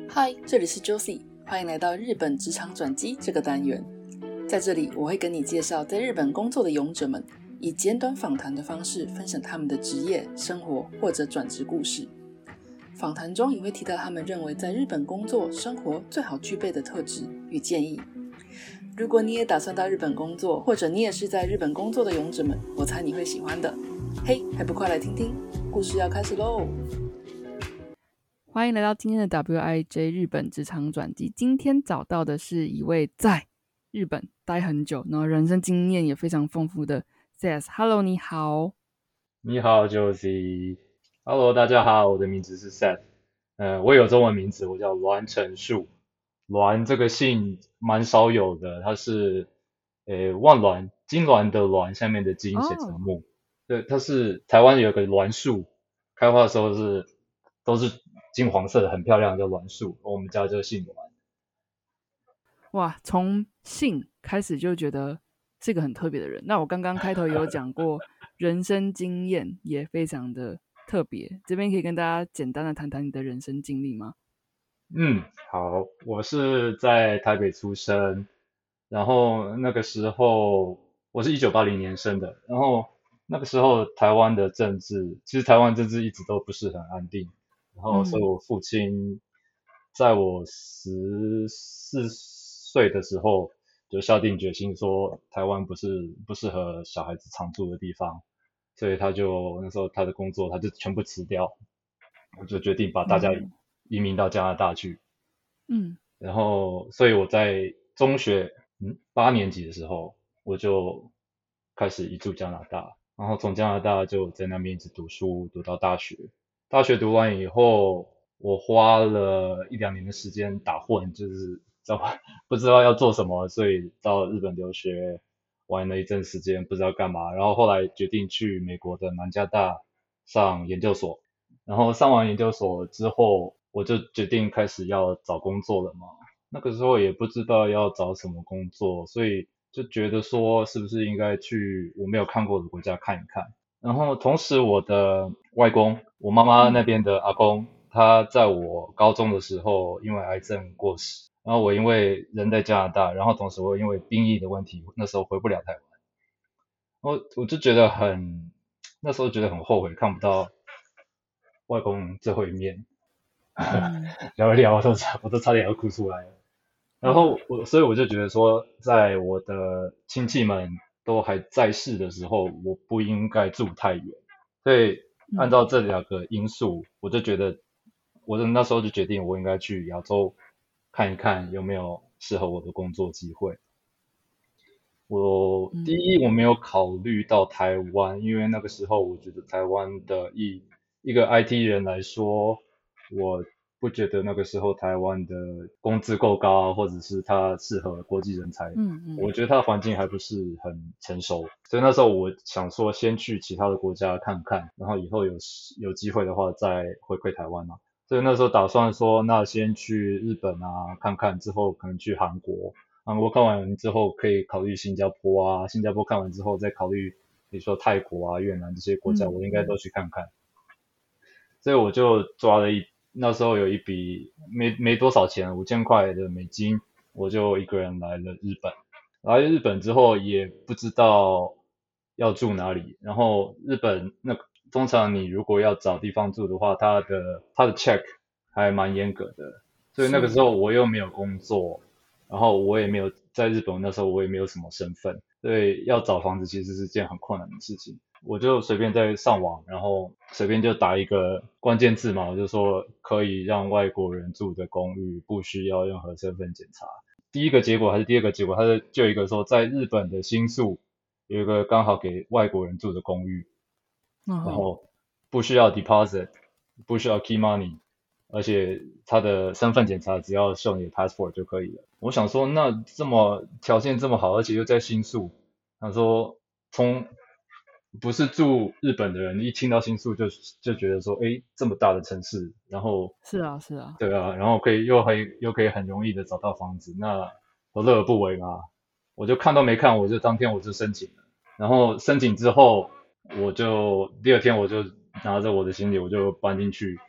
嗨，这里是 Josie， 欢迎来到日本职场转机这个单元。在这里，我会跟你介绍在日本工作的勇者们，以简短访谈的方式分享他们的职业、生活或者转职故事。访谈中也会提到他们认为在日本工作、生活最好具备的特质与建议。如果你也打算到日本工作，或者你也是在日本工作的勇者们，我猜你会喜欢的。嘿，还不快来听听，故事要开始喽！欢迎来到今天的 WIJ 日本职场转机。今天找到的是一位在日本待很久，然后人生经验也非常丰富的 Seth。Hello， 你好。 你好 Josie。Hello， 大家好，我的名字是 Seth。我有中文名字，我叫栾成树。栾这个姓蛮少有的，它是万栾，金銮的銮，下面的金写成木。对，它是台湾有个栾树，开花的时候都是金黄色的，很漂亮，叫栾树。我们家就姓栾。 哇，从姓开始就觉得是个很特别的人。那我刚刚开头有讲过，人生经验也非常的特别。这边可以跟大家简单的谈谈你的人生经历吗？ 好，我是在台北出生，然后那个时候我是1980年生的，然后那个时候台湾的政治，其实台湾政治一直都不是很安定，然后所以我父亲在我14岁的时候就下定决心说台湾不是不适合小孩子常住的地方，所以他就那时候他的工作他就全部辞掉，我就决定把大家移民到加拿大去。 嗯然后，所以我在中学8年级的时候，我就开始移住加拿大，然后从加拿大就在那边一直读书，读到大学。大学读完以后，我花了1-2年的时间打混，就是不知道要做什么，所以到日本留学，玩了一阵时间，不知道干嘛。然后后来决定去美国的南加大上研究所，然后上完研究所之后，我就决定开始要找工作了嘛。那个时候也不知道要找什么工作，所以就觉得说是不是应该去我没有看过的国家看一看。然后同时我的外公，我妈妈那边的阿公，他在我高中的时候因为癌症过世，然后我因为人在加拿大，然后同时我因为兵役的问题，那时候回不了台湾，我就觉得那时候觉得很后悔，看不到外公最后一面。聊一聊，我都差点要哭出来了。然后所以我就觉得说，在我的亲戚们都还在世的时候，我不应该住太远。所以按照这两个因素，我就觉得，那时候就决定我应该去亚洲看一看有没有适合我的工作机会。第一我没有考虑到台湾，因为那个时候我觉得台湾的一个 IT 人来说，我不觉得那个时候台湾的工资够高啊，或者是它适合国际人才。我觉得它的环境还不是很成熟，所以那时候我想说先去其他的国家看看，然后以后有机会的话再回馈台湾嘛。所以那时候打算说，那先去日本啊看看，之后可能去韩国。韩国看完之后可以考虑新加坡啊，新加坡看完之后再考虑，比如说泰国啊、越南这些国家，我应该都去看看。所以我就那时候有一笔没多少钱，5000块的美金，我就一个人来了日本。来日本之后也不知道要住哪里，然后日本通常你如果要找地方住的话，它的 check 还蛮严格的，所以那个时候我又没有工作，然后我也没有在日本那时候我也没有什么身份，所以要找房子其实是件很困难的事情。我就随便在上网，然后随便就打一个关键字嘛，我就说可以让外国人住的公寓，不需要任何身份检查。第一个结果还是第二个结果，就有一个说在日本的新宿有一个刚好给外国人住的公寓，然后不需要 deposit， 不需要 key money， 而且他的身份检查只要秀你的 passport 就可以了。我想说，那条件这么好，而且又在新宿，他说不是住日本的人一听到新宿就觉得说，诶，这么大的城市，然后是啊是啊， 对啊，然后又可以很容易的找到房子，那何乐而不为嘛？我就看都没看，当天我就申请了，然后申请之后，第二天我就拿着我的行李我就搬进去，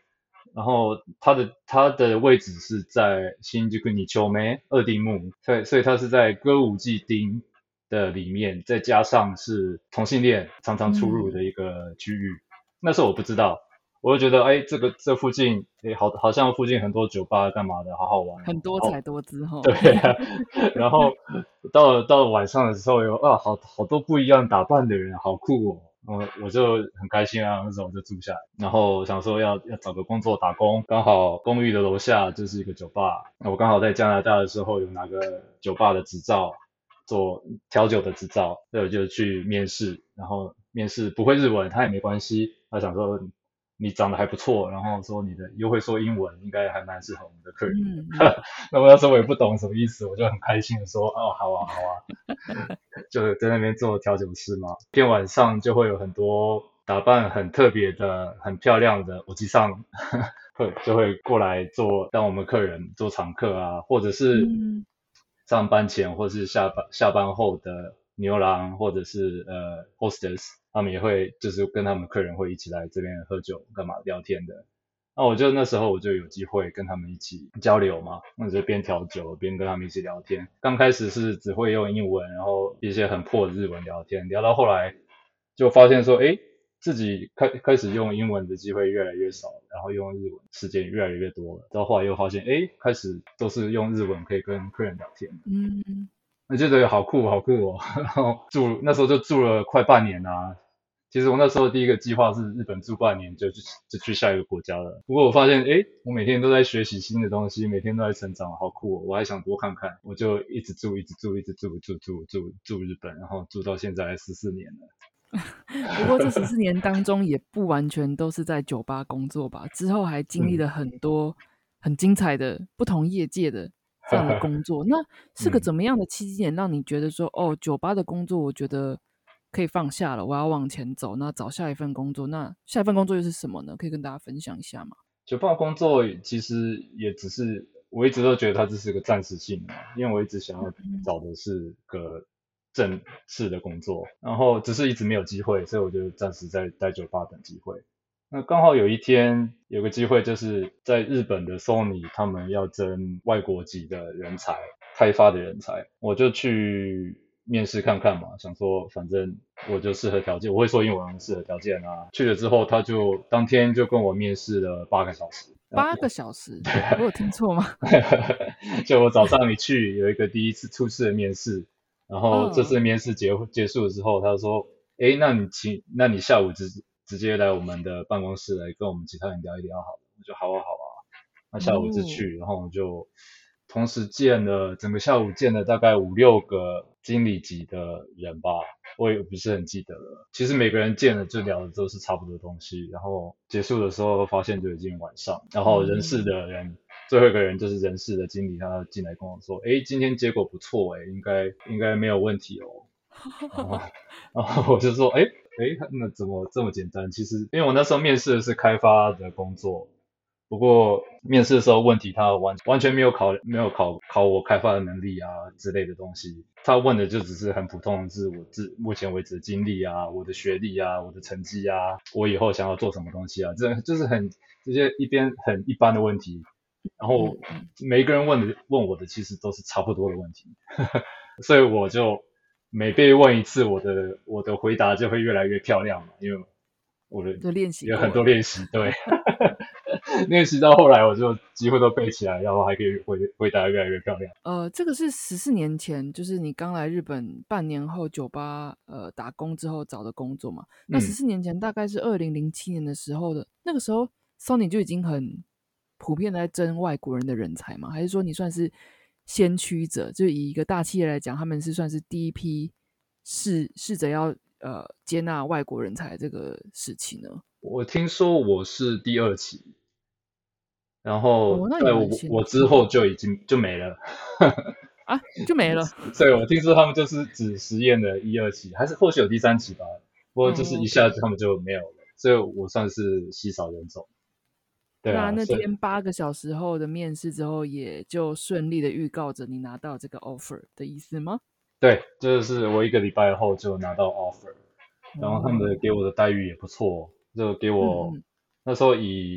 然后它的位置是在新宿2丁目二丁目，所以它是在歌舞伎町的里面，再加上是同性恋常常出入的一个区域。那时候我不知道，我就觉得哎，这附近哎好像附近很多酒吧干嘛的，好好玩哦。 很多彩多姿哈。 对啊，然后到了晚上的时候有好多不一样打扮的人，好酷哦。我就很开心啊，那时候我就住下来，然后想说要找个工作打工，刚好公寓的楼下就是一个酒吧，我刚好在加拿大的时候有拿个酒吧的执照，做调酒的执照，所以我就去面试，然后面试不会日文他也没关系，他想说你长得还不错，然后说你的又会说英文，应该还蛮适合我们的客人的。那我那时候我也不懂什么意思，我就很开心的说哦好啊好啊，就在那边做调酒师嘛。天晚上就会有很多打扮很特别的、很漂亮的我机上就会过来当我们客人做常客啊，或者是上班前或是下班后的牛郎或者是hostess，他们也会就是跟他们客人会一起来这边喝酒干嘛聊天的。那时候我就有机会跟他们一起交流嘛，那就边调酒边跟他们一起聊天。刚开始是只会用英文，然后一些很破的日文聊天，聊到后来就发现说，诶，自己开始用英文的机会越来越少，然后用日文时间越来越多了。到后来又发现，诶，开始都是用日文可以跟客人聊天。我觉得好酷好酷哦。然后那时候就住了快半年啊。其实我那时候第一个计划是日本住半年就去下一个国家了。不过我发现，诶，我每天都在学习新的东西，每天都在成长，好酷哦！我还想多看看，我就一直住日本，然后住到现在14年了。 不过这14年当中也不完全都是在酒吧工作吧，之后还经历了很多很精彩的不同业界的这样的工作。那是个怎么样的契机点让你觉得说，哦，酒吧的工作我觉得可以放下了，我要往前走，那找下一份工作。那下一份工作又是什么呢？可以跟大家分享一下吗？ 酒吧工作其实也只是我一直都觉得它只是个暂时性的，因为我一直想要找的是个正式的工作，然后只是一直没有机会，所以我就暂时在待酒吧等机会。那刚好有一天有个机会，就是在日本的 Sony 他们要征外国籍的人才，开发的人才，我就去面试看看嘛，想说反正我就适合条件，我会说英文，适合条件啊。去了之后，他就当天就跟我面试了8个小时。 8个小时，我有听错吗？ 就我早上一去有一个第一次初次的面试，然后这次面试结束了之后，他说，诶，那你下午直接来我们的办公室来跟我们其他人聊一聊好了。我就好啊好啊。那下午就去，然后就同时整个下午见了大概5、6个经理级的人吧，我也不是很记得了。其实每个人见了就聊的都是差不多的东西，然后结束的时候发现就已经晚上，然后人事的人。最后一个人就是人事的经理，他进来跟我说，诶，今天结果不错，应该没有问题哦。然后我就说，诶，那怎么这么简单？其实因为我那时候面试的是开发的工作，不过面试的时候问题他完全没有考我开发的能力啊之类的东西，他问的就只是很普通的是我目前为止的经历啊，我的学历啊，我的成绩啊，我以后想要做什么东西啊，这就是这些一边很一般的问题。然后每一个人问我的其实都是差不多的问题，所以我就每被问一次，我的回答就会越来越漂亮嘛，因为我的就练习有很过了。 多练习，对。练习到后来我就几乎都背起来，然后还可以回答越来越漂亮。 这个是14年前，就是你刚来日本半年后酒吧打工之后找的工作嘛？那14年前大概是2007年的时候的，那个时候 Sony 就已经很普遍的在征外国人的人才吗？还是说你算是先驱者？就以一个大企业来讲，他们是算是第一批试着要接纳外国人才这个时期呢？ 我听说我是第2期，然后那也在蛮先我之后就已经就没了。 啊，就没了。 所以我听说他们就是只实验了1、2期，还是或许有第3期吧，不过就是一下子他们就没有了，所以我算是稀少人种。对啊， 那天8个小时后的面试之后，也就顺利的预告着你拿到这个 offer 的意思吗？ 对，就是我1个礼拜后就拿到 offer，然后他们给我的待遇也不错，就给我那时候以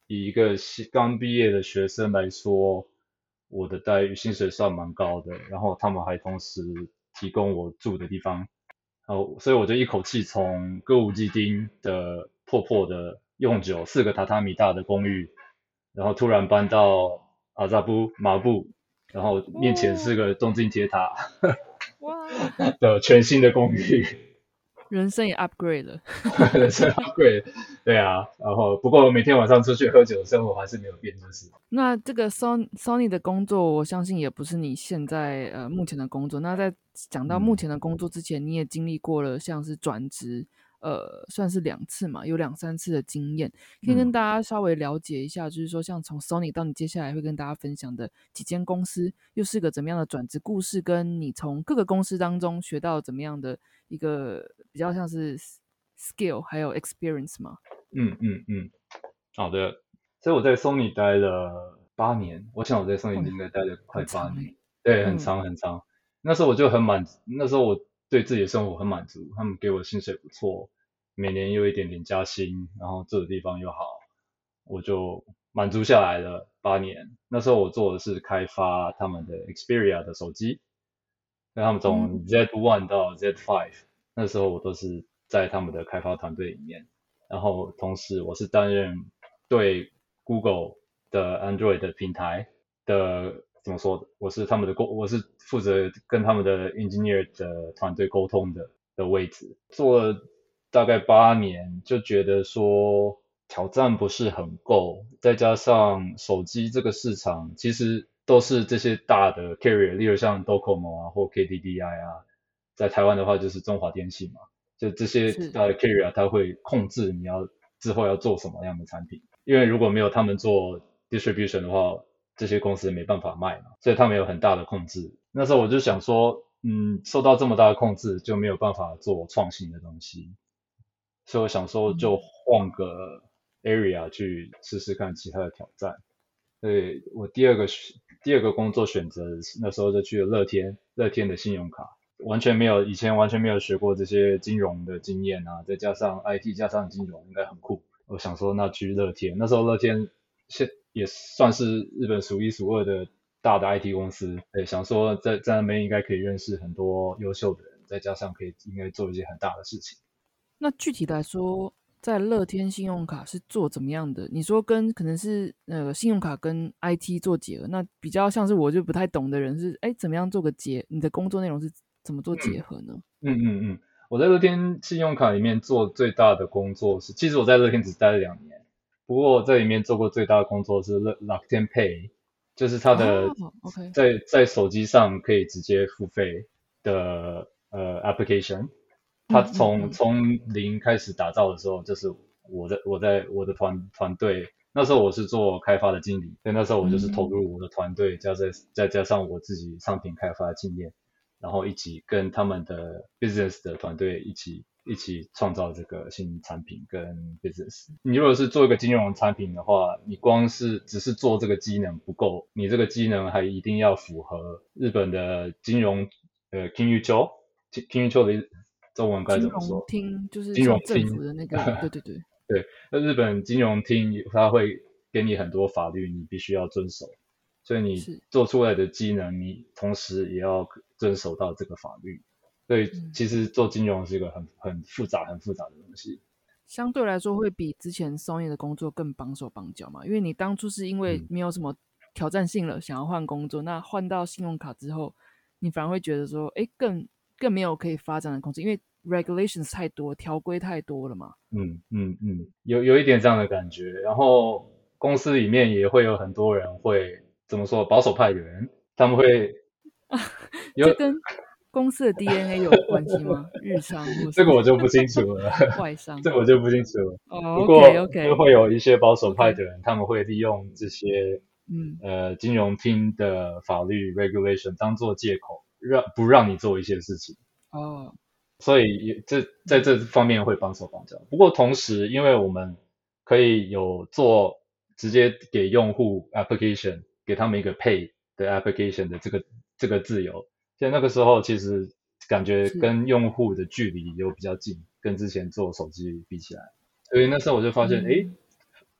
以一个刚毕业的学生来说，我的待遇薪水算蛮高的，然后他们还同时提供我住的地方，所以我就一口气从歌舞伎町的破破的用酒4个榻榻米大的公寓，然后突然搬到阿扎布马布，然后面前是个东京铁塔哇， 的全新的公寓。 人生也 upgrade 了。 人生贵，对啊，然后不过每天晚上出去喝酒的生活还是没有变，就是。 那这个 Sony 的工作，我相信也不是你现在目前的工作。那在讲到目前的工作之前，你也经历过了像是转职，算是2次嘛，有2、3次的经验，可以跟大家稍微了解一下，就是说像从 Sony 到你接下来会跟大家分享的几间公司，又是个怎么样的转职故事，跟你从各个公司当中学到怎么样的一个比较像是 skill 还有 experience 嘛？ 好的。所以我在 Sony 待了8年，我想我在 Sony 应该待了快8年，对，很长很长。那时候我就很那时候我对自己的生活很满足，他们给我薪水不错，每年又一点点加薪，然后住的地方又好，我就满足下来了8年。那时候我做的是开发他们的 Xperia 的手机，那他们从 Z1 到 Z5，那时候我都是在他们的开发团队里面，然后同时我是担任对 Google 的 Android 的平台的怎么说？我是负责跟他们的 engineer 的团队沟通的位置，做了大概8年，就觉得说挑战不是很够，再加上手机这个市场其实都是这些大的 carrier， 例如像 Docomo 啊或 KDDI 啊，在台湾的话就是中华电信嘛，就这些大的 carrier 它会控制你之后要做什么样的产品。因为如果没有他们做 distribution 的话，这些公司没办法卖嘛，所以他们有很大的控制。那时候我就想说，受到这么大的控制，就没有办法做创新的东西，所以我想说就换个 area 去试试看其他的挑战。所以我第二个工作选择，那时候就去了乐天的信用卡，以前完全没有学过这些金融的经验啊，再加上 IT 加上金融应该很酷。我想说那去乐天，那时候乐天也算是日本数一数二的大的 IT 公司，对，想说在那边应该可以认识很多优秀的人，再加上应该做一些很大的事情。 那具体来说，在乐天信用卡是做怎么样的？你说可能是信用卡跟 IT 做结合，那比较像是我就不太懂的人是，怎么样做个你的工作内容是怎么做结合呢？ 我在乐天信用卡里面做最大的工作是，其实我在乐天只待了2年，不过在里面做过最大的工作是乐天 Pay， 就是它的在手机上可以直接付费的application。它从零开始打造的时候，就是我的团队，那时候我是做开发的经理，所以那时候我就是投入我的团队，再加上我自己商品开发的经验，然后一起跟他们的 business 的团队一起创造这个新产品跟 business。你如果是做一个金融产品的话，你光是只是做这个机能不够，你这个机能还一定要符合日本的金融金融庁的中文该怎么说？ 金融厅就是金融政府的那个，对。 对，那日本金融厅它会给你很多法律，你必须要遵守，所以你做出来的机能，你同时也要遵守到这个法律。所以其实做金融是一个很复杂的东西。 相对来说会比之前Sony的工作更绑手绑脚嘛，因为你当初是因为没有什么挑战性了，想要换工作，那换到信用卡之后，你反而会觉得说，更没有可以发展的空间，因为 regulations 太多，条规太多了嘛。 有一点这样的感觉。然后公司里面也会有很多人会怎么说保守派的人，他们会这跟公司的 DNA 有关系吗？日商这个我就不清楚了， 外商这个我就不清楚了。 不过就会有一些保守派的人，他们会利用这些金融厅的法律 regulation 当做借口，不让你做一些事情。所以在这方面会绑手绑脚。不过同时，因为我们可以有直接给用户 application， 给他们一个 pay 的 application 的这个自由，所以那个时候其实感觉跟用户的距离有比较近，跟之前做手机比起来。所以那时候我就发现，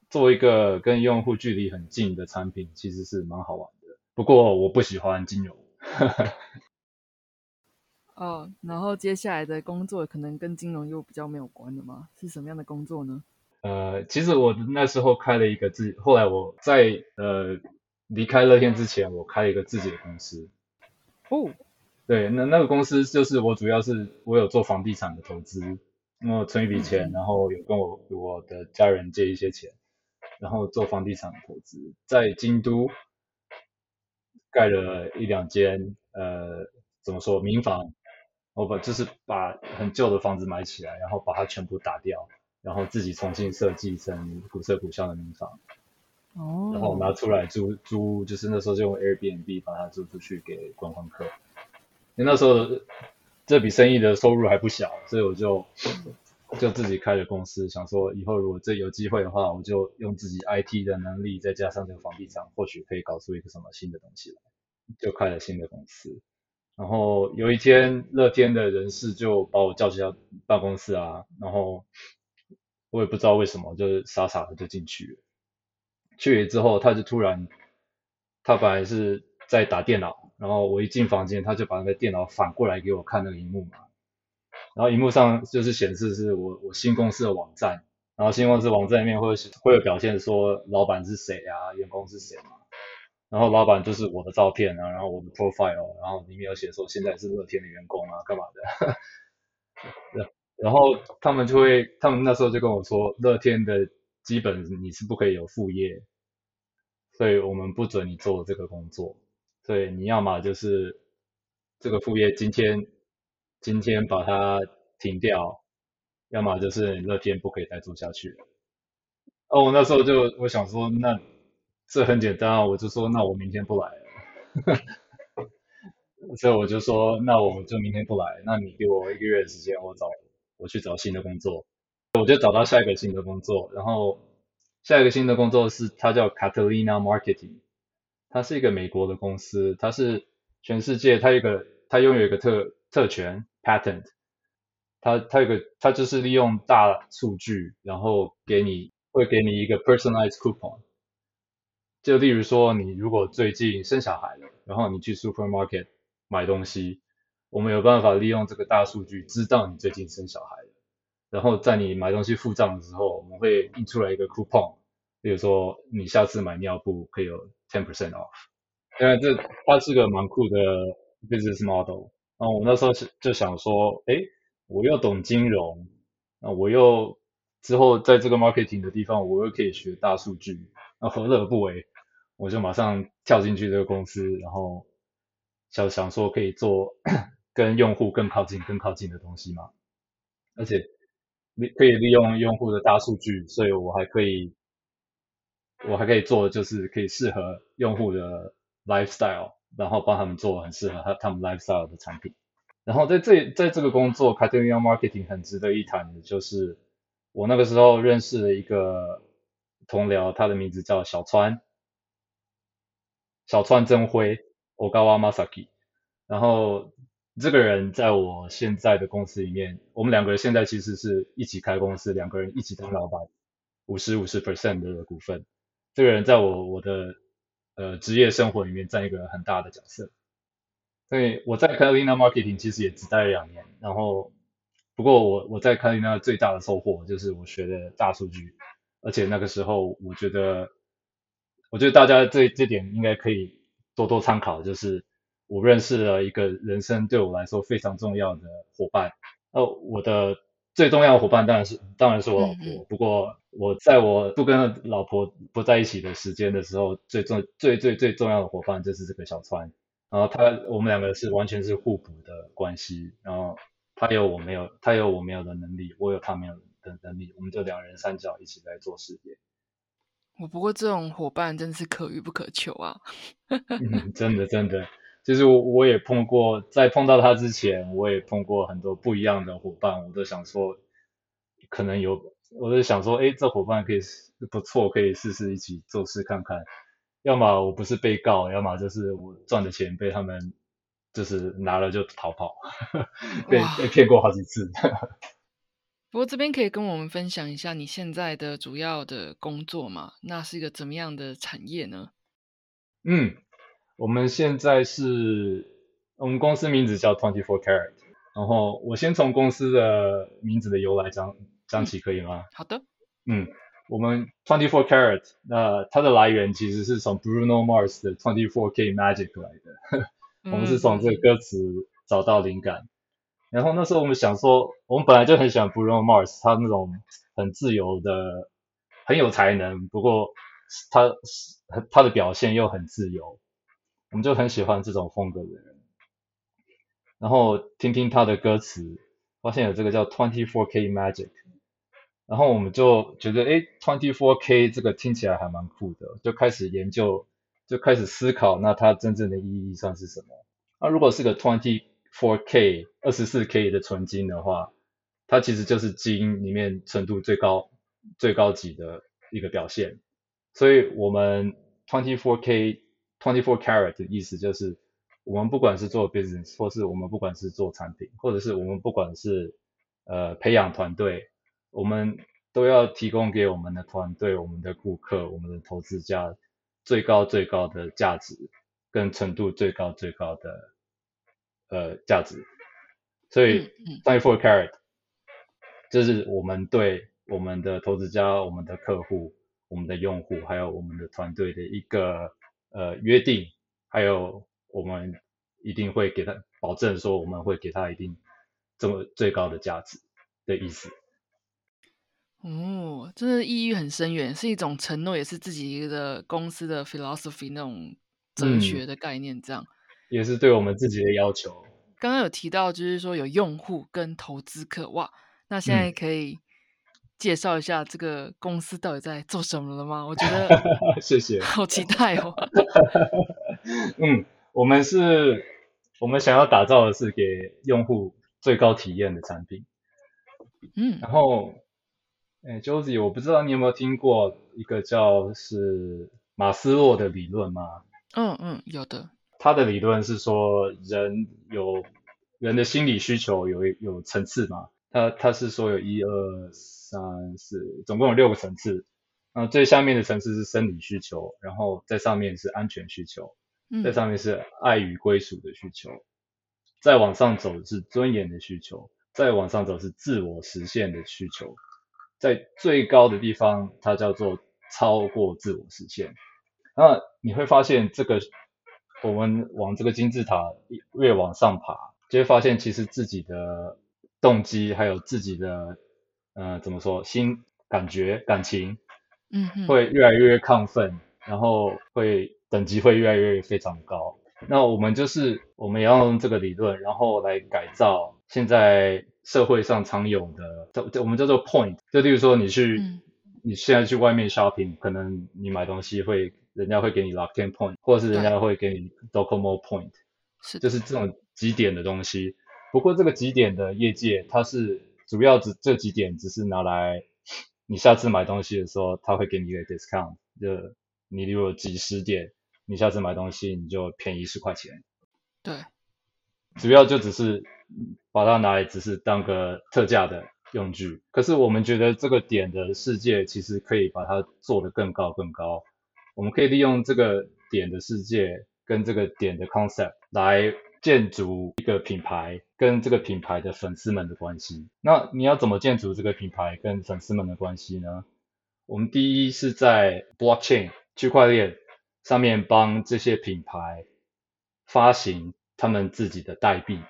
做一个跟用户距离很近的产品，其实是蛮好玩的。不过我不喜欢金融。 哦，然后接下来的工作可能跟金融又比较没有关的吗？是什么样的工作呢？ 其实我那时候开了一个后来我在离开乐天之前，我开了一个自己的公司。 哦， 对，那个公司就是我主要是我有做房地产的投资，我存一笔钱，然后有跟我的家人借一些钱，然后做房地产的投资，在京都盖了一两间怎么说民房，就是把很旧的房子买起来，然后把它全部打掉，然后自己重新设计成古色古香的民房，然后拿哦， 出来租，就是那时候就用 Airbnb 把它租出去给观光客。因为那时候这笔生意的收入还不小，所以我就自己开了公司，想说以后如果这有机会的话，我就用自己 IT 的能力，再加上这个房地产，或许可以搞出一个什么新的东西来，就开了新的公司。然后有一天，乐天的人事就把我叫去到办公室啊，然后我也不知道为什么，就是傻傻的就进去了。去了之后，他就突然，他本来是在打电脑，然后我一进房间，他就把那个电脑反过来给我看那个荧幕嘛，然后荧幕上就是显示是我新公司的网站，然后新公司网站里面会有表现说老板是谁啊，员工是谁嘛，然后老板就是我的照片啊，然后我的 profile，然后里面有写说现在是乐天的员工啊，干嘛的，然后他们那时候就跟我说，乐天的基本你是不可以有副业，所以我们不准你做这个工作，所以你要么就是这个副业今天把它停掉，要么就是乐天不可以再做下去了。哦，我那时候我想说，那这很简单啊，我就说那我明天不来了，所以我就说那我就明天不来，那你给我1个月的时间，我去找新的工作。我就找到下一个新的工作，然后下一个新的工作是它叫 Catalina Marketing，它是一个美国的公司，它是全世界它拥有一个特权 patent，它就是利用大数据，然后会给你一个 personalized coupon，就例如说你如果最近生小孩了，然后你去 supermarket 买东西，我们有办法利用这个大数据知道你最近生小孩了。然后在你买东西付账的时候，我们会印出来一个 coupon，比如说你下次买尿布可以有 10% off。因为它是个蛮酷的 business model。然后我那时候就想说，诶，我又懂金融，那我又之后在这个 marketing 的地方，我又可以学大数据，那何乐而不为？我就马上跳进去这个公司，然后想说可以做跟用户更靠近的东西嘛。而且可以利用用户的大数据，所以我还可以做就是可以适合用户的 lifestyle，然后帮他们做很适合他们 lifestyle 的产品。然后在这个工作 Catalina Marketing 很值得一谈的就是我那个时候认识了一个同僚，他的名字叫小川真辉 Ogawa Masaki。然后这个人在我现在的公司里面，我们两个人现在其实是一起开公司，两个人一起当老板，50% 的股份。这个人在我的职业生活里面占一个很大的角色。所以我在 Catalina Marketing 其实也只待了2年，然后不过我在 Catalina 最大的收获就是我学的大数据，而且那个时候我觉得大家这点应该可以多多参考，就是我认识了一个人生对我来说非常重要的伙伴。我的最重要的伙伴当然是我老婆，不过在我不跟老婆不在一起的时间的时候，最重要的伙伴就是这个小川。然后我们两个是完全是互补的关系，然后他有我没有的能力，我有他没有的能力，我们就两人三角一起来做事业。 不过这种伙伴真是可遇不可求啊。 真的真的，其实我也碰过，在碰到他之前，我也碰过很多不一样的伙伴，我都想说，可能有，我就想说，诶，这伙伴不错，可以试试一起做事看看。要么我不是被告，要么就是我赚的钱被他们就是拿了就逃跑，被哇， 骗过好几次。 不过这边可以跟我们分享一下你现在的主要的工作吗？那是一个怎么样的产业呢？ 嗯，我们现在是，我们公司名字叫24 Carat，然后我先从公司的名字的由来讲起，可以吗？ 好的。 我们24 Carat，那它的来源其实是从 Bruno Mars 的24K Magic 来的，我们是从这个歌词找到灵感。然后那时候我们想说，我们本来就很喜欢 Bruno Mars，他那种很自由的，很有才能，不过他的表现又很自由，我们就很喜欢这种风格的人。然后听听他的歌词，发现有这个叫24K Magic，然后我们就觉得，诶，24K 这个听起来还蛮酷的，就开始研究，就开始思考，那它真正的意义算是什么？那如果是个 24K 24K 的纯金的话，它其实就是金里面纯度最高级的一个表现。所以我们 24K 24 carat 的意思就是，我们不管是做 business，或是我们不管是做产品，或者是我们不管是培养团队，我们都要提供给我们的团队、我们的顾客、我们的投资家最高的价值，跟程度最高的价值。所以24 carat 就是我们对我们的投资家、我们的客户、我们的用户，还有我们的团队的一个约定，还有我们一定会给他保证说我们会给他一定这么最高的价值的意思。 哦，真的意义很深远，是一种承诺，也是自己的公司的 philosophy 那种哲学的概念。这样也是对我们自己的要求。 刚刚有提到，就是说有用户跟投资客，哇，那现在可以介绍一下这个公司到底在做什么了吗？我觉得谢谢， 好期待哦。 我们想要打造的是给用户最高体验的产品。然后Josie， 我不知道你有没有听过一个叫是马斯洛的理论吗？ 有的。 他的理论是说人的心理需求有层次嘛，他是说有1、2、3、4，总共有6个层次。最下面的层次是生理需求，然后在上面是安全需求，在上面是爱与归属的需求，再往上走是尊严的需求，再往上走是自我实现的需求，在最高的地方它叫做超过自我实现。那你会发现我们往这个金字塔越往上爬，就会发现其实自己的动机还有自己的怎么说感情会越来越亢奋，然后等级会越来越非常高。那我们也要用这个理论，然后来改造现在社会上常有的，我们叫做 point。就例如说你现在去外面 shopping， 可能你买东西人家会给你 Rakuten point， 或者是人家会给你 Docomo point， 就是这种集点的东西。不过这个集点的业界，它是主要这几点只是拿来你下次买东西的时候，他会给你一个 discount， 就你如果集10点，你下次买东西你就便宜10块钱。 对， 主要就只是把它拿来只是当个特价的用具。可是我们觉得这个点的世界其实可以把它做得更高。我们可以利用这个点的世界跟这个点的 concept 来建筑一个品牌跟这个品牌的粉丝们的关系。那你要怎么建筑这个品牌跟粉丝们的关系呢？我们第一是在 blockchain 区块链上面帮这些品牌发行他们自己的代币。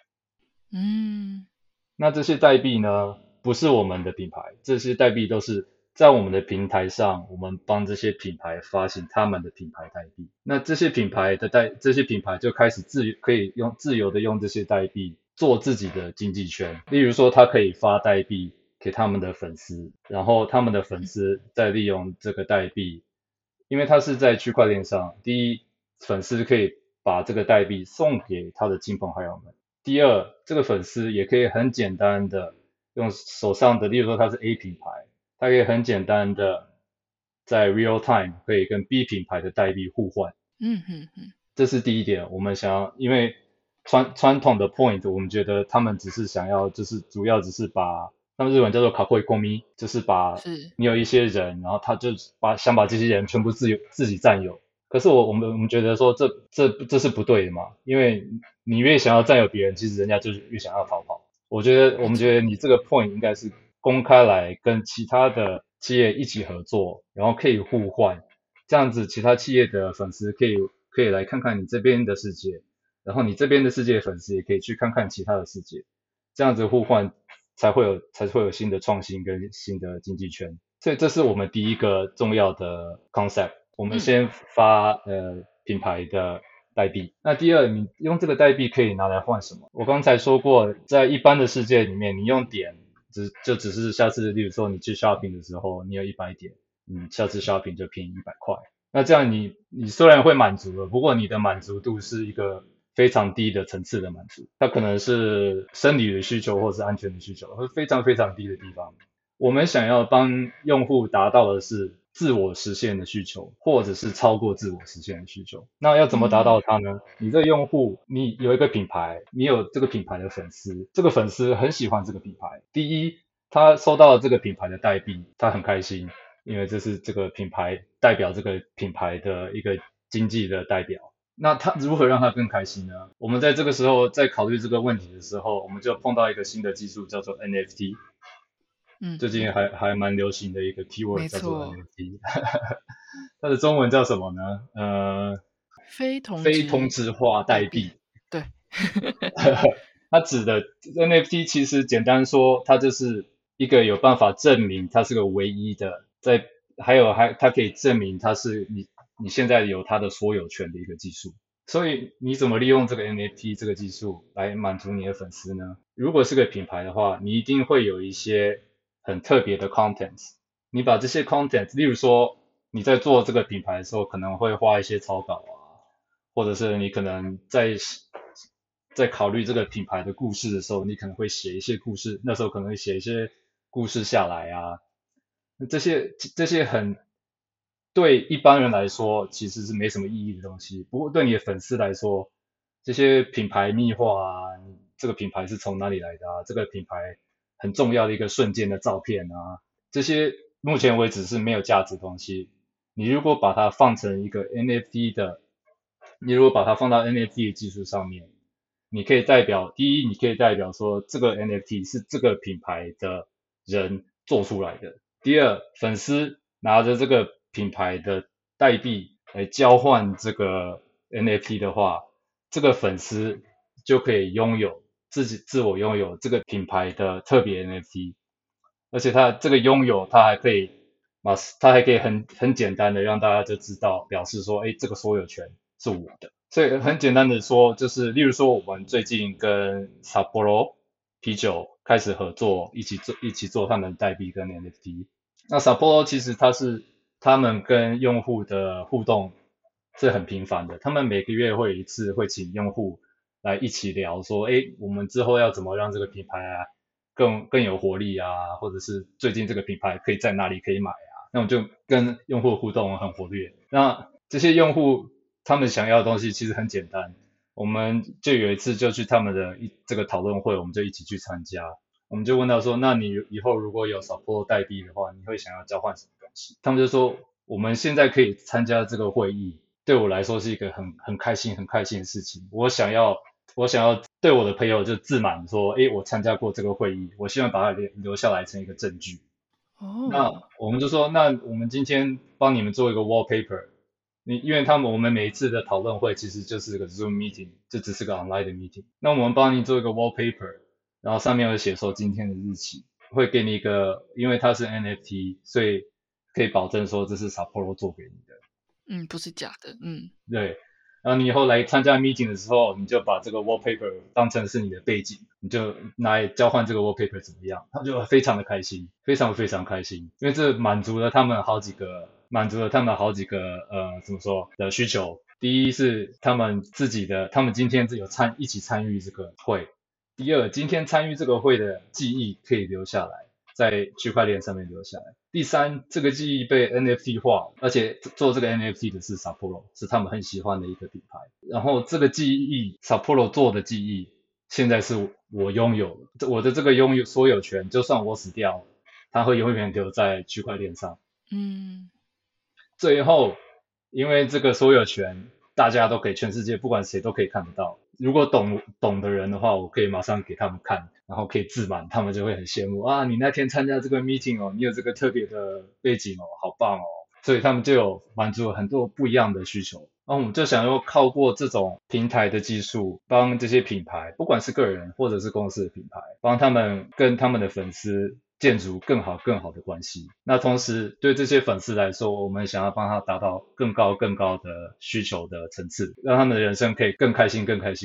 那这些代币呢，不是我们的品牌，这些代币都是在我们的平台上，我们帮这些品牌发行他们的品牌代币。那这些品牌就开始可以自由的用这些代币做自己的经济圈。例如说，他可以发代币给他们的粉丝，然后他们的粉丝再利用这个代币，因为它是在区块链上，第一，粉丝可以把这个代币送给他的亲朋好友们。第二，这个粉丝也可以很简单的用手上的，例如说他是 A 品牌，他可以很简单的在 real time 可以跟 B 品牌的代币互换。这是第一点，我们想要，因为传统的 point， 我们觉得他们只是想要，就是主要只是把他们日文叫做卡库伊コミ，就是把是你有一些人，然后他就想把这些人全部自己占有。可是我们觉得说这是不对的嘛，因为你越想要占有别人，其实人家就是越想要逃跑。我们觉得你这个 point 应该是公开来跟其他的企业一起合作，然后可以互换，这样子其他企业的粉丝可以来看看你这边的世界，然后你这边的世界粉丝也可以去看看其他的世界，这样子互换才会有新的创新跟新的经济圈。所以这是我们第一个重要的 concept。我们先发品牌的代币。那第二，你用这个代币可以拿来换什么？我刚才说过，在一般的世界里面，你用点只是下次，例如说你去 shopping 的时候，你有100点，下次 shopping 就便宜100块。那这样你虽然会满足了，不过你的满足度是一个非常低的层次的满足，它可能是生理的需求或是安全的需求，是非常非常低的地方。我们想要帮用户达到的是自我实现的需求，或者是超过自我实现的需求。那要怎么达到它呢？你这个用户，你有一个品牌，你有这个品牌的粉丝，这个粉丝很喜欢这个品牌。第一，他收到了这个品牌的代币，他很开心，因为这是这个品牌代表这个品牌的一个经济的代表。那他如何让他更开心呢？我们在这个时候在考虑这个问题的时候，我们就碰到一个新的技术，叫做 NFT。最近还蛮流行的一个 keyword 叫做 NFT， 它的中文叫什么呢？非同质化代币。 对， 它指的 NFT 其实简单说，它就是一个有办法证明它是个唯一的，它可以证明它是你现在有它的所有权的一个技术。所以你怎么利用这个 NFT 这个技术来满足你的粉丝呢？如果是个品牌的话，你一定会有一些很特别的 content， 你把这些 content， 例如说你在做这个品牌的时候，可能会画一些草稿啊，或者是你可能在考虑这个品牌的故事的时候，你可能会写一些故事，那时候可能会写一些故事下来啊，这些很对一般人来说其实是没什么意义的东西，不过对你的粉丝来说，这些品牌秘话啊，这个品牌是从哪里来的啊，这个品牌很重要的一个瞬间的照片啊，这些目前为止是没有价值的东西。你如果把它放成一个 NFT 的，你如果把它放到 NFT 的技术上面，你可以第一，你可以代表说这个 NFT 是这个品牌的人做出来的。第二，粉丝拿着这个品牌的代币来交换这个 NFT 的话，这个粉丝就可以自我拥有这个品牌的特别 NFT， 而且它这个拥有，它还可以很简单的让大家就知道，表示说，这个所有权是我的。所以很简单的说，就是例如说我们最近跟 Sapporo 啤酒开始合作，一起做他们的代币跟 NFT。那 Sapporo 其实他们跟用户的互动是很频繁的，他们每个月会有一次会请用户来一起聊说，我们之后要怎么让这个品牌啊更有活力啊，或者是最近这个品牌可以在哪里可以买啊，那我们就跟用户互动很活跃。那这些用户他们想要的东西其实很简单，我们就有一次就去他们的这个讨论会，我们就一起去参加，我们就问到说，那你以后如果有Sapporo代币的话，你会想要交换什么东西？他们就说，我们现在可以参加这个会议，对我来说是一个很开心的事情。我想要对我的朋友就自满说，我参加过这个会议，我希望把它留下来成一个证据。那我们就说，那我们今天帮你们做一个 wallpaper。因为我们每一次的讨论会其实就是个 Zoom meeting， 这只是个 online 的 meeting。那我们帮你做一个 wallpaper， 然后上面会写说今天的日期，会给你一个，因为它是 NFT， 所以可以保证说这是 Sapporo 做给你的。 不是假的。 对。然后你以后来参加 meeting 的时候，你就把这个 wallpaper 当成是你的背景，你就拿来交换这个 wallpaper 怎么样？他就非常的开心，非常非常开心，因为这满足了他们好几个怎么说的需求。第一是他们今天一起参与这个会。第二，今天参与这个会的记忆可以留下来，在区块链上面留下来。第三，这个记忆被 NFT 化，而且做这个 NFT 的是 Sapporo， 是他们很喜欢的一个品牌。然后这个记忆 Sapporo 做的记忆现在是我拥有了，我的这个所有权，就算我死掉，它会永远留在区块链上。 嗯， 最后，因为这个所有权，大家都可以，全世界不管谁都可以看得到。如果懂的人的话，我可以马上给他们看，然后可以自满，他们就会很羡慕啊，你那天参加这个 meeting 哦，你有这个特别的背景哦，好棒哦。所以他们就有满足了很多不一样的需求。然后我们就想要靠过这种平台的技术，帮这些品牌，不管是个人或者是公司的品牌，帮他们跟他们的粉丝建筑更好的关系。那同时对这些粉丝来说，我们想要帮他达到更高的需求的层次，让他们的人生可以更开心。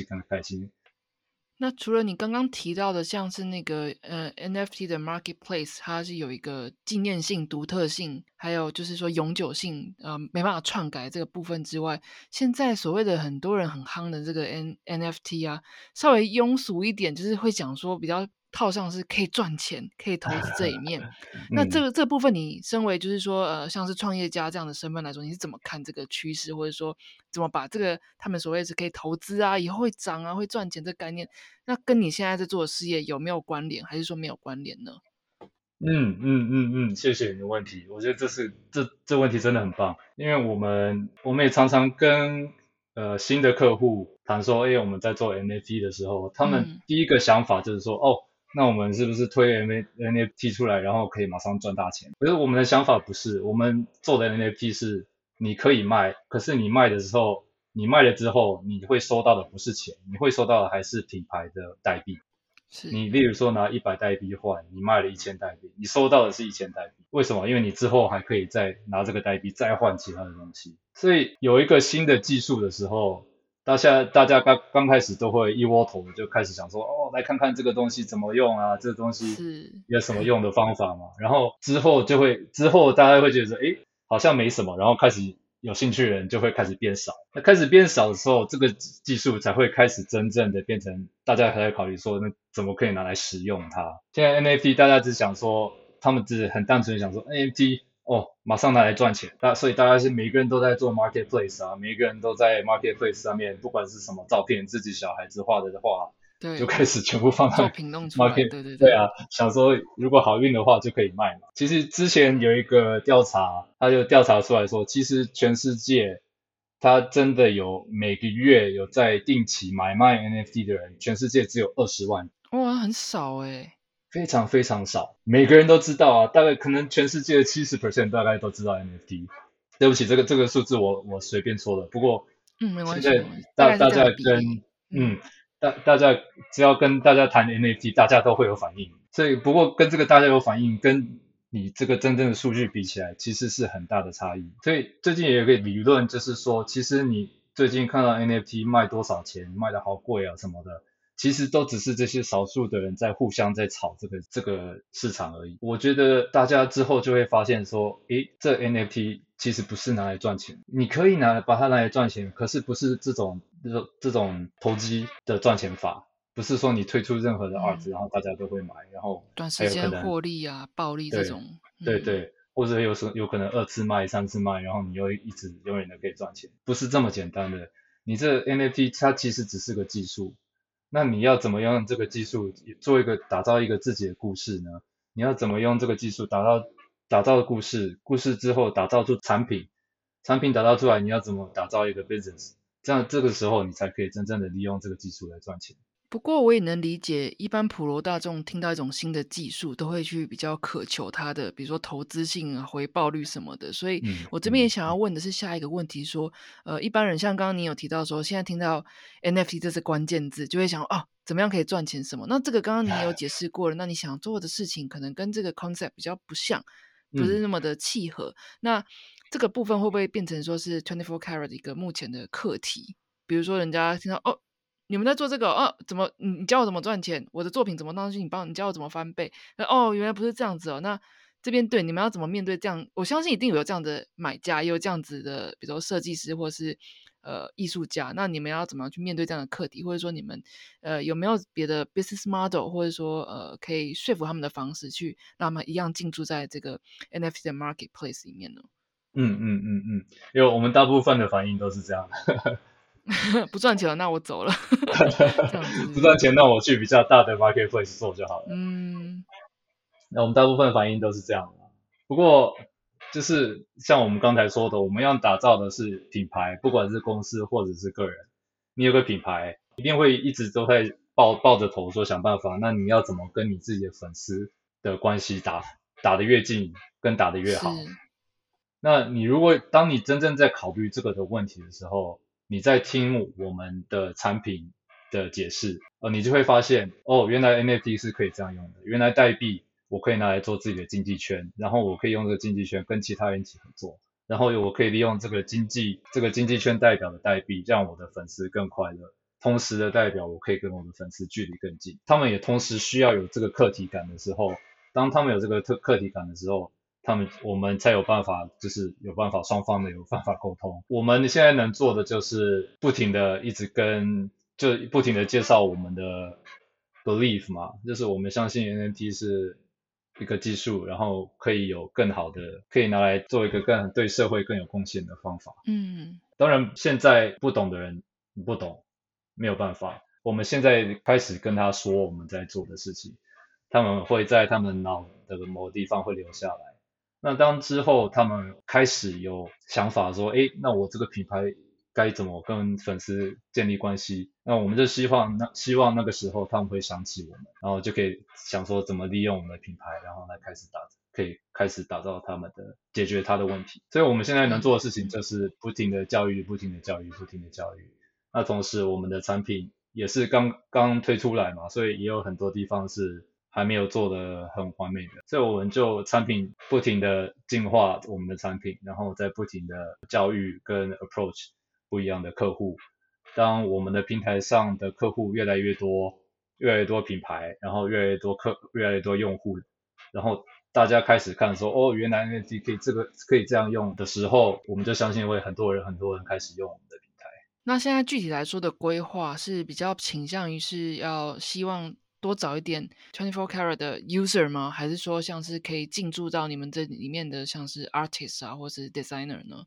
那除了你刚刚提到的，像是那个NFT 的 marketplace，它是有一个纪念性、独特性，还有就是说永久性，没办法篡改这个部分之外，现在所谓的很多人很夯的这个 NFT 啊，稍微庸俗一点，就是会讲说比较套上是可以赚钱、可以投资这一面。那这嗯。 个这部分，你身为就是说像是创业家这样的身份来说，你是怎么看这个趋势，或者说怎么把这个他们所谓是可以投资啊，以后会涨啊，会赚钱这个概念？那跟你现在在做的事业有没有关联，还是说没有关联呢？ 谢谢你的问题，我觉得这问题真的很棒，因为我们也常常跟新的客户谈说，我们在做 NFT 的时候，他们第一个想法就是说，那我们是不是推 NFT 出来，然后可以马上赚大钱？可是我们的想法不是，我们做的 NFT 是你可以卖，可是你卖的时候，你卖了之后，你会收到的不是钱，你会收到的还是品牌的代币。 是你例如说拿100代币换，你卖了1000代币，你收到的是1000代币，为什么？因为你之后还可以再拿这个代币再换其他的东西。所以有一个新的技术的时候，大家刚开始都会一窝头就开始想说，来看看这个东西怎么用啊，这个东西是， 有什么用的方法嘛？然后之后大家会觉得，好像没什么，然后开始有兴趣的人就会开始变少。那开始变少的时候，这个技术才会开始真正的变成大家还在考虑说，那怎么可以拿来使用它？现在 NFT 大家只想说，他们只很单纯地想说 NFT 马上拿来赚钱。所以大家是每个人都在做 marketplace 啊，每个人都在 marketplace 上面，不管是什么照片，自己小孩子画的画，就对， 开始全部放在作品弄出来， market。 对对对， 对啊，想说如果好运的话就可以卖嘛。其实之前有一个调查，他就调查出来说，其实全世界他真的有每个月有在定期买卖 NFT 的人，全世界只有20万， 哇，很少哎， 非常非常少。每个人都知道啊，大概可能全世界的70% 大概都知道 NFT。对不起，这个数字我随便说的。不过没关现在系没关系，大概是这样大家的比例， 嗯大家只要跟大家谈 NFT，大家都会有反应。所以不过跟这个大家有反应，跟你这个真正的数据比起来，其实是很大的差异。所以最近也有一个理论，就是说，其实你最近看到 NFT 卖多少钱，卖的好贵啊什么的，其实都只是这些少数的人在互相在炒这个市场而已。我觉得大家之后就会发现说，这 NFT 其实不是拿来赚钱，你可以把它拿来赚钱，可是不是这种投机的赚钱法，不是说你推出任何的 art，然后大家都会买，然后短时还有可能间获利啊、暴利这对种， 对，或者有可能2次卖、3次卖，然后你又一直永远的可以赚钱，不是这么简单的。你这 NFT 它其实只是个技术，那你要怎么样用这个技术打造一个自己的故事呢？你要怎么用这个技术打造故事，故事之后打造出产品，产品打造出来，你要怎么打造一个 business？这样这个时候你才可以真正的利用这个技术来赚钱。 不过我也能理解，一般普罗大众听到一种新的技术，都会去比较渴求它的，比如说投资性啊、回报率什么的。所以我这边也想要问的是下一个问题，说，一般人像刚刚你有提到说，现在听到 NFT 这是关键字，就会想怎么样可以赚钱什么？那这个刚刚你也有解释过了，那你想做的事情可能跟这个 concept 比较不像，不是那么的契合。那这个部分会不会变成说是 24Carat 的一个目前的课题？比如说人家听到你们在做这个怎么你教我怎么赚钱？我的作品怎么上去？你教我怎么翻倍？原来不是这样子哦。那这边对你们要怎么面对这样？我相信一定有这样的买家，也有这样子的，比如说设计师或是艺术家。那你们要怎么去面对这样的课题？或者说你们有没有别的 business model，或者说可以说服他们的方式，去让他们一样进驻在这个 NFT 的 marketplace 里面呢？ 因为我们大部分的反应都是这样。 不赚钱了，那我走了，这样子。 不赚钱，那我去比较大的 marketplace 做就好了。 嗯， 那我们大部分反应都是这样的。不过就是像我们刚才说的，我们要打造的是品牌，不管是公司或者是个人，你有个品牌，一定会一直都在抱着头说想办法，那你要怎么跟你自己的粉丝的关系打得越近，跟打得越好。 是， 那当你真正在考虑这个的问题的时候，你在听我们的产品的解释，你就会发现，原来 NFT 是可以这样用的，原来代币我可以拿来做自己的经济圈，然后我可以用这个经济圈跟其他人一起合作，然后我可以利用这个经济圈代表的代币，让我的粉丝更快乐，同时的代表我可以跟我的粉丝距离更近，他们也同时需要有这个课题感的时候，当他们有这个课题感的时候，我们才有办法，就是有办法双方的有办法沟通。我们现在能做的就是不停的不停的介绍我们的 belief 嘛，就是我们相信 NFT 是一个技术，然后可以有更好的，可以拿来做一个对社会更有贡献的方法。当然现在不懂的人不懂，没有办法。我们现在开始跟他说我们在做的事情，他们会在他们脑的某个地方会留下来。那当之后他们开始有想法说，那我这个品牌该怎么跟粉丝建立关系？那我们就希望那个时候他们会想起我们，然后就可以想说怎么利用我们的品牌，然后来可以开始打造解决他的问题。所以我们现在能做的事情就是不停的教育，不停的教育，不停的教育。那同时我们的产品也是刚推出来嘛，所以也有很多地方是还没有做的很完美的，所以我们就产品不停的进化我们的产品，然后再不停的教育跟 approach 不一样的客户。当我们的平台上的客户越来越多，越来越多品牌，然后越来越多用户，然后大家开始看说，原来 NFT 可以这样用的时候，我们就相信会很多人开始用我们的平台。 那现在具体来说的规划是比较倾向于是要希望多找一点 24Carat 的 user 吗？还是说像是可以进驻到你们这里面的像是 artist 啊，或是 designer 呢？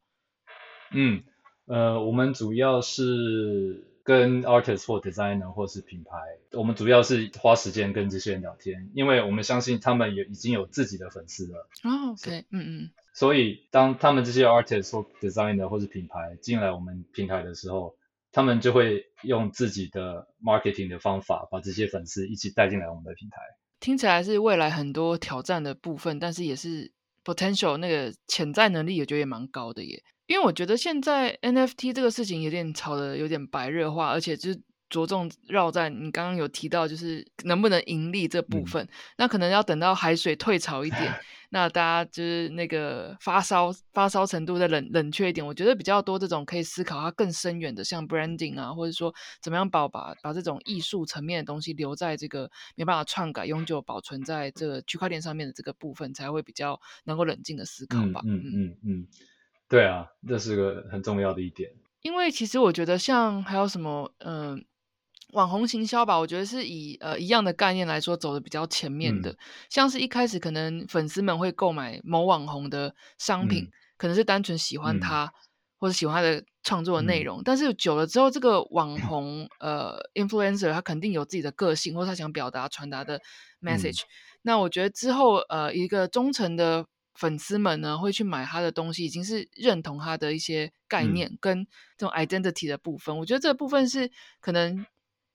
我们主要是跟 artist 或 designer 或是品牌，我们主要是花时间跟这些人聊天，因为我们相信他们已经有自己的粉丝了。 OK， 所以当他们这些 artist 或 designer 或是品牌进来我们平台的时候，他们就会用自己的 marketing 的方法，把这些粉丝一起带进来我们的平台。 听起来是未来很多挑战的部分，但是也是 potential 那个潜在能力，我觉得也蛮高的耶。因为我觉得现在 NFT 这个事情有点炒得有点白热化，而且就是着重绕在你刚刚有提到，就是能不能盈利这部分，那可能要等到海水退潮一点，那大家就是那个发烧程度再冷却一点，我觉得比较多这种可以思考它更深远的，像 branding 啊，或者说怎么样把这种艺术层面的东西留在这个没办法篡改、永久保存在这个区块链上面的这个部分，才会比较能够冷静的思考吧。 对啊，这是个很重要的一点。 因为其实我觉得像还有什么网红行销吧，我觉得是以一样的概念来说走的比较前面的。像是一开始可能粉丝们会购买某网红的商品，可能是单纯喜欢他，或者喜欢他的创作的内容，但是久了之后，这个网红influencer 他肯定有自己的个性，或者他想表达传达的 message。那我觉得之后一个忠诚的粉丝们呢，会去买他的东西，已经是认同他的一些概念跟这种 identity 的部分。我觉得这个部分是可能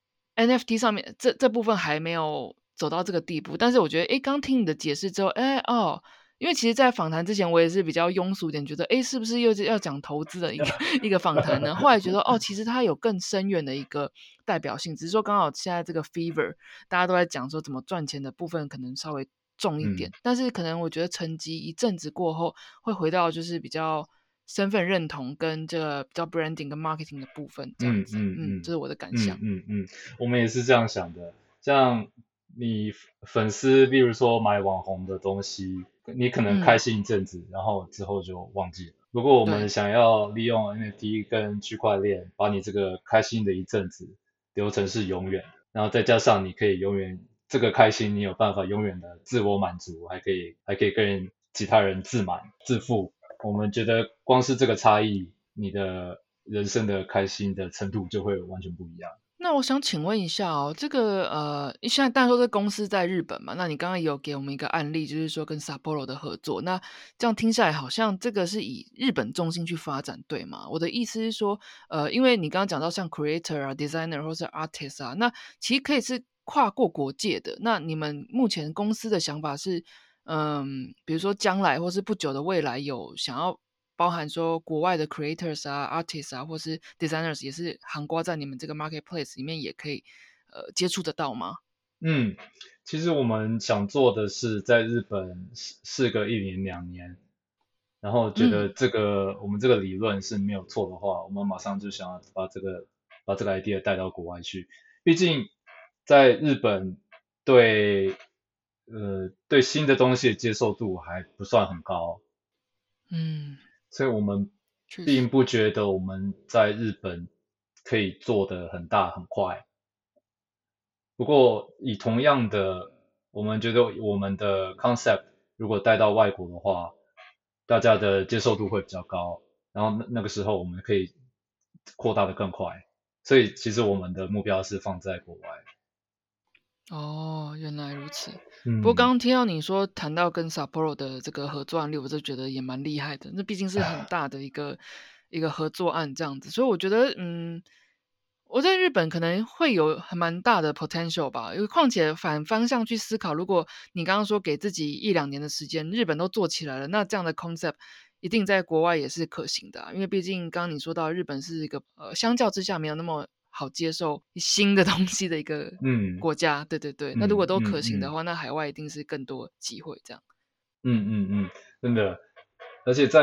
NFT 上面这部分还没有走到这个地步，但是我觉得刚听你的解释之后，因为其实在访谈之前我也是比较庸俗一点，觉得是不是又要讲投资的一个访谈呢？后来觉得其实它有更深远的一个代表性，只是说刚好现在这个 fever 大家都在讲说怎么赚钱的部分可能稍微重一点，但是可能我觉得沉积一阵子过后会回到就是比较身份认同跟这个比较 branding 跟 marketing 的部分这样子。这是我的感想。 我们也是这样想的。像你粉丝例如说买网红的东西，你可能开心一阵子，然后之后就忘记了。如果我们想要利用 NFT 跟区块链把你这个开心的一阵子留成是永远，然后再加上你可以永远这个开心，你有办法永远的自我满足，还可以跟其他人自满自负。我们觉得光是这个差异，你的人生的开心的程度就会完全不一样。 那我想请问一下哦，这个现在当然说这公司在日本嘛，那你刚刚也有给我们一个案例，就是说跟 Sapporo 的合作，那这样听下来好像这个是以日本中心去发展，对吗？我的意思是说，因为你刚刚讲到像 creator 啊、designer 或是 artist 啊，那其实可以是跨过国界的。那你们目前公司的想法是，比如说将来或是不久的未来有想要包含说国外的 creators 啊、artists 啊，或是 designers 也是涵盖在你们这个 marketplace 里面，也可以接触得到吗？ 嗯，其实我们想做的是在日本试个1年2年，然后觉得嗯我们这个理论是没有错的话，我们马上就想要把这个 idea 带到国外去。毕竟在日本对对新的东西的接受度还不算很高， 嗯， 所以我们确实， 并不觉得我们在日本可以做得很大很快。不过以同样的，我们觉得我们的 concept 如果带到外国的话，大家的接受度会比较高，然后那个时候我们可以扩大的更快。所以其实我们的目标是放在国外。 哦，原来如此。不过刚嗯， 刚听到你说谈到跟 Sapporo 的这个合作案例，我就觉得也蛮厉害的。那毕竟是很大的一个合作案这样子，所以我觉得，我在日本可能会有很蛮大的 potential 吧。因为况且反方向去思考，如果你刚刚说给自己1-2年的时间，日本都做起来了，那这样的 concept 一定在国外也是可行的啊。因为毕竟刚刚你说到日本是一个相较之下没有那么好接受新的东西的一个嗯国家，对对对。那如果嗯都嗯嗯可行的话，那海外一定是更多机会这样。 真的，而且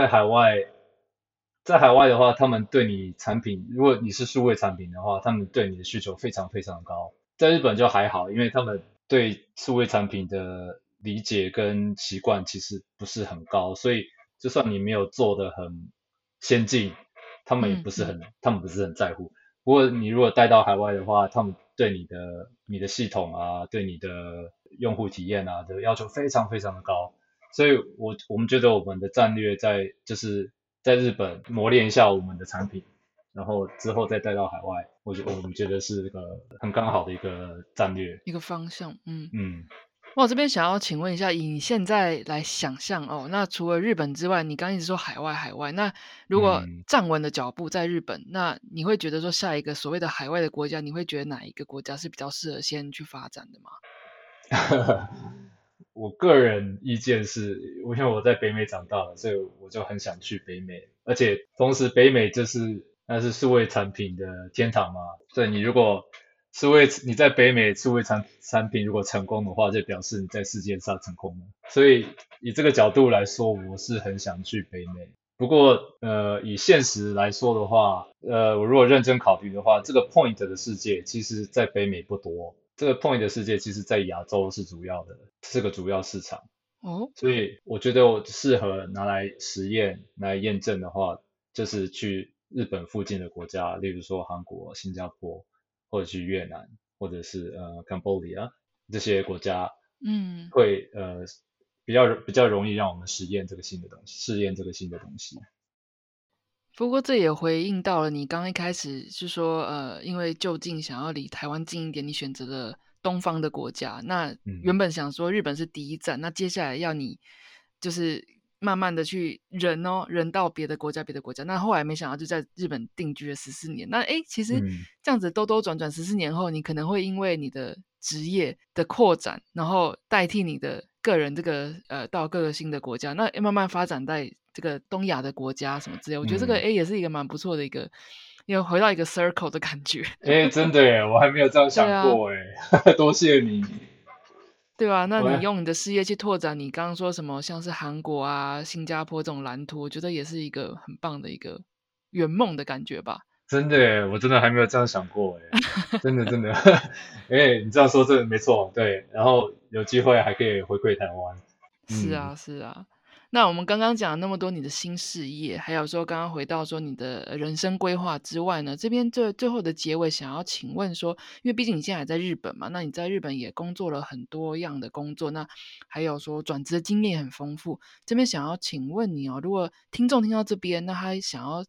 在海外的话，他们对你产品，如果你是数位产品的话，他们对你的需求非常非常高。在日本就还好，因为他们对数位产品的理解跟习惯其实不是很高，所以就算你没有做的很先进， 嗯嗯他们不是很在乎。不过你如果带到海外的话，他们对你的系统啊，对你的用户体验啊的要求非常非常的高。所以我们觉得我们的战略就是在日本磨练一下我们的产品，然后之后再带到海外，我们觉得是一个很刚好的一个战略。 一个方向，嗯。 嗯我这边想要请问一下，以你现在来想象哦，那除了日本之外，你刚一直说海外，那如果嗯。 站稳的脚步在日本，那你会觉得说下一个所谓的海外的国家，你会觉得哪一个国家是比较适合先去发展的吗？ 我个人意见是，因为我在北美长大了，所以我就很想去北美，而且同时北美那是数位产品的天堂嘛，所以你在北美数位产品如果成功的话，就表示你在世界上成功了。所以以这个角度来说，我是很想去北美。不过以现实来说的话，我如果认真考虑的话，这个 point 的世界其实在北美不多。这个 point 的世界其实在亚洲是个主要市场， 哦， 所以我觉得我适合拿来实验、拿来验证的话，就是去日本附近的国家，例如说韩国、新加坡，或者去越南，或者是Cambodia 这些国家， 嗯。 会比较容易让我们试验这个新的东西。 不过这也回应到了你刚刚一开始是说，因为就近想要离台湾近一点，你选择了东方的国家。那嗯原本想说日本是第一站，那接下来要你就是慢慢的去人到别的国家。那后来没想到就在日本定居了14年。那诶，其实嗯这样子兜兜转转14年后，你可能会因为你的职业的扩展，然后代替你的个人这个到各个新的国家，那慢慢发展在这个东亚的国家什么之类，我觉得这个嗯， 也是一个蛮不错的一个，又回到一个 circle 的感觉。 哎，真的耶，我还没有这样对啊， 想过哎，多谢你。 对吧？那你我用你的事业去拓展你刚刚说什么，像是韩国啊、新加坡这种蓝图，我觉得也是一个很棒的一个圆梦的感觉吧。 真的耶，我真的还没有这样想过哎，真的真的，哎，你这样说真的没错，对，然后有机会还可以回馈台湾。嗯是啊，是啊。那我们刚刚讲了那么多你的新事业，还有说刚刚回到说你的人生规划之外呢，这边最后的结尾想要请问说，因为毕竟你现在还在日本嘛，那你在日本也工作了很多样的工作，那还有说转职的经验很丰富，这边想要请问你哦，如果听众听到这边，那他想要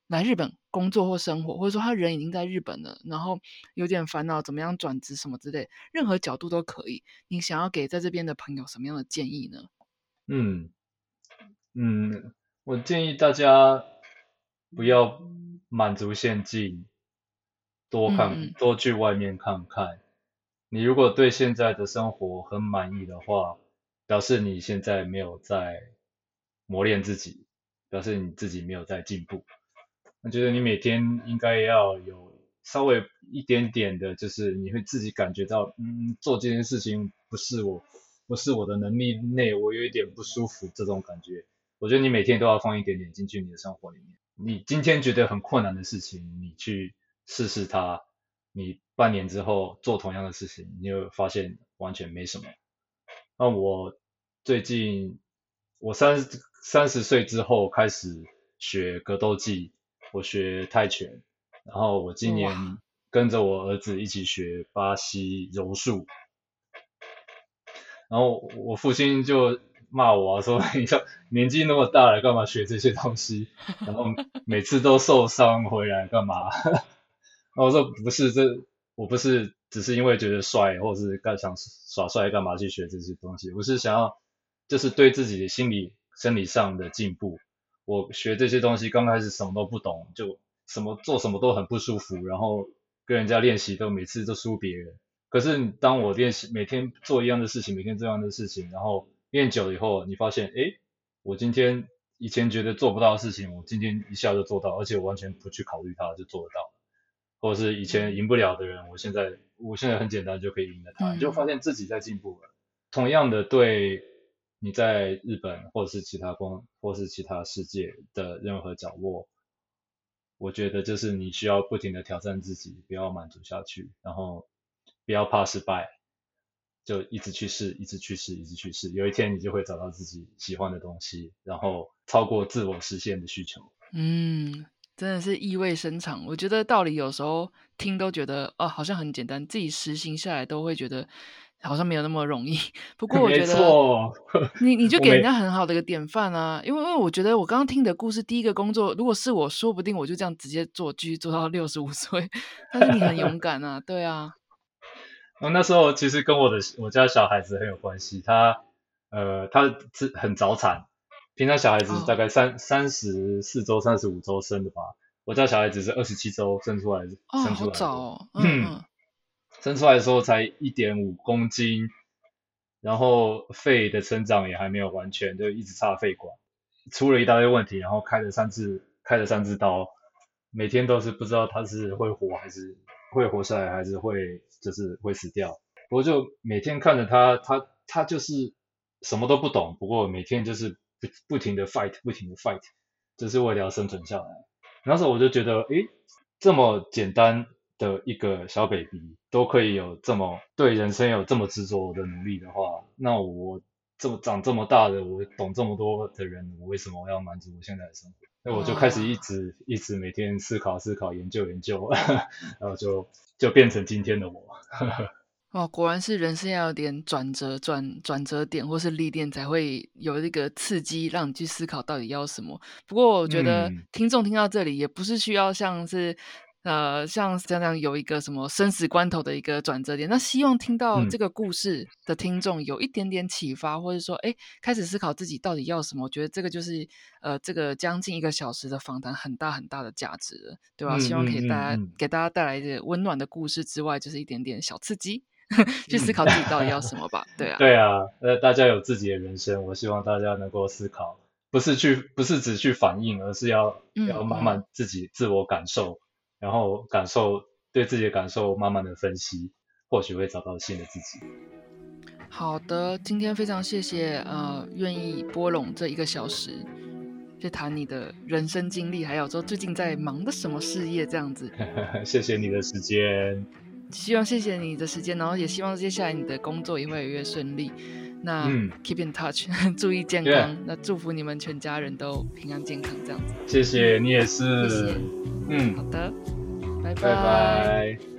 来日本工作或生活，或者说他人已经在日本了，然后有点烦恼怎么样转职什么之类，任何角度都可以。你想要给在这边的朋友什么样的建议呢？ 嗯我建议大家不要满足现境，多去外面看看。你如果对现在的生活很满意的话，表示你现在没有在磨练自己，表示你自己没有在进步。我觉得你每天应该要有稍微一点点的，就是你会自己感觉到，做这件事情不是我的能力内，我有一点不舒服这种感觉。我觉得你每天都要放一点点进去你的生活里面。你今天觉得很困难的事情，你去试试它，你半年之后做同样的事情，你会发现完全没什么。那我最近我30岁之后开始学格斗技，我学泰拳，然后我今年跟着我儿子一起学巴西柔术，然后我父亲就骂我说你年纪那么大了，干嘛学这些东西？然后每次都受伤回来干嘛？然后我说不是，我不是只是因为觉得帅，或者是想耍帅干嘛去学这些东西？我是想要就是对自己的生理上的进步。我学这些东西刚开始什么都不懂，就做什么都很不舒服，然后跟人家练习每次都输别人。可是当我练习每天做一样的事情，每天这样的事情，然后练久了以后，你发现我今天以前觉得做不到的事情，我今天一下就做到，而且我完全不去考虑它就做得到。或者是以前赢不了的人，我现在很简单就可以赢了他，就发现自己在进步了。同样的，对你在日本或者是或是其他世界的任何角落，我觉得就是你需要不停的挑战自己，不要满足下去，然后不要怕失败，就一直去试，一直去试，一直去试，有一天你就会找到自己喜欢的东西，然后超过自我实现的需求。 真的是意味深长。我觉得道理有时候听都觉得好像很简单，自己实行下来都会觉得好像没有那么容易。不过我觉得你就给人家很好的一个典范啊，因为我觉得我刚刚听你的故事，第一个工作如果是我，说不定我就这样直接继续做到65岁。但是你很勇敢啊，对啊。 那时候其实跟我家小孩子很有关系，他是很早产，平常小孩子大概34周、35周生的吧，我家小孩子是27周生出来的。 好早哦。 生出来的时候才1.5公斤，然后肺的成长也还没有完全，就一直插肺管，出了一大堆问题，然后开了3次刀，每天都是不知道他是会活还是会活下来，还是会死掉。我就每天看着他就是什么都不懂，不过每天就是不停的 fight， 就是为了要生存下来。那时候我就觉得，这么简单的一个小 baby 都可以有这么对人生有这么执着的努力的话，那我长这么大的，我懂这么多的人，我为什么要满足我现在的生活？那我就开始一直每天思考、研究，然后就变成今天的我。 果然是人生要有点转折点或是历练，才会有一个刺激让你去思考到底要什么。不过我觉得听众听到这里也不是需要像这样有一个什么生死关头的一个转折点，那希望听到这个故事的听众有一点点启发，或者说开始思考自己到底要什么。我觉得这个就是这个将近1个小时的访谈很大很大的价值了，对吧？希望可以给大家带来一个温暖的故事之外，就是一点点小刺激去思考自己到底要什么吧。对啊， 对啊，大家有自己的人生，我希望大家能够思考，不是只去反应，而是要慢慢自己自我感受，然后对自己的感受慢慢的分析，或许会找到新的自己。 好的，今天非常谢谢愿意拨拢这1个小时去谈你的人生经历，还有说最近在忙的什么事业这样子。 谢谢你的时间。 希望谢谢你的时间，然后也希望接下来你的工作也会越来越顺利。那keep in touch， 注意健康。那祝福你们全家人都平安健康这样子。 谢谢你也是。 谢谢。好的，拜拜拜。